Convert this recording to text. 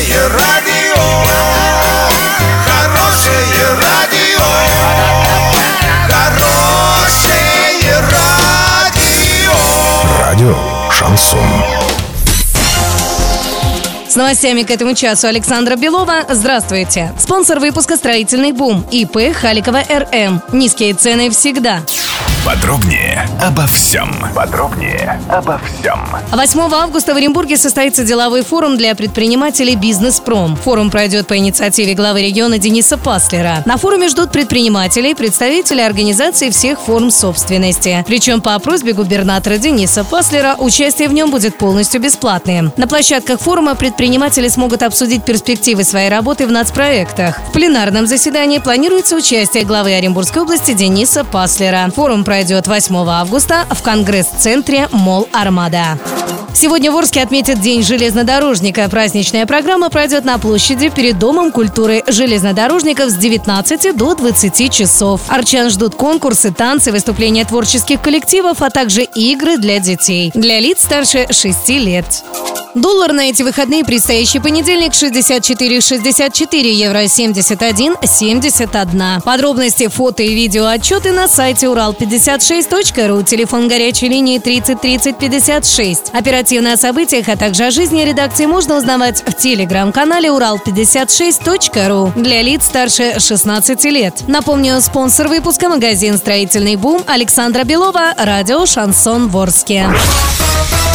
Хорошее радио, хорошее радио, хорошее радио. Радио «Шансон». С новостями к этому часу Александра Белова. Здравствуйте. Спонсор выпуска «Строительный бум» ИП Халикова РМ. Низкие цены всегда. Подробнее обо всем. 8 августа в Оренбурге состоится деловой форум для предпринимателей «Бизнес-Пром». Форум пройдет по инициативе главы региона Дениса Паслера. На форуме ждут предпринимателей, представителей организаций всех форм собственности. Причем по просьбе губернатора Дениса Паслера участие в нем будет полностью бесплатным. На площадках форума предприниматели смогут обсудить перспективы своей работы в нацпроектах. В пленарном заседании планируется участие главы Оренбургской области Дениса Паслера. Форум пройдет 8 августа в Конгресс-центре «Молл Армада». Сегодня в Орске отметят День железнодорожника. Праздничная программа пройдет на площади перед Домом культуры железнодорожников с 19 до 20 часов. Арчан ждут конкурсы, танцы, выступления творческих коллективов, а также игры для детей. Для лиц старше 6 лет. Доллар на эти выходные предстоящий понедельник 64,64, евро 71,71. Подробности, фото и видео отчеты на сайте урал56.ру, телефон горячей линии 30 30 56. Оперативно о событиях, а также о жизни редакции можно узнавать в телеграм-канале урал56.ру для лиц старше 16 лет. Напомню, спонсор выпуска — магазин «Строительный бум», Александра Белова, радио «Шансон» в Орске.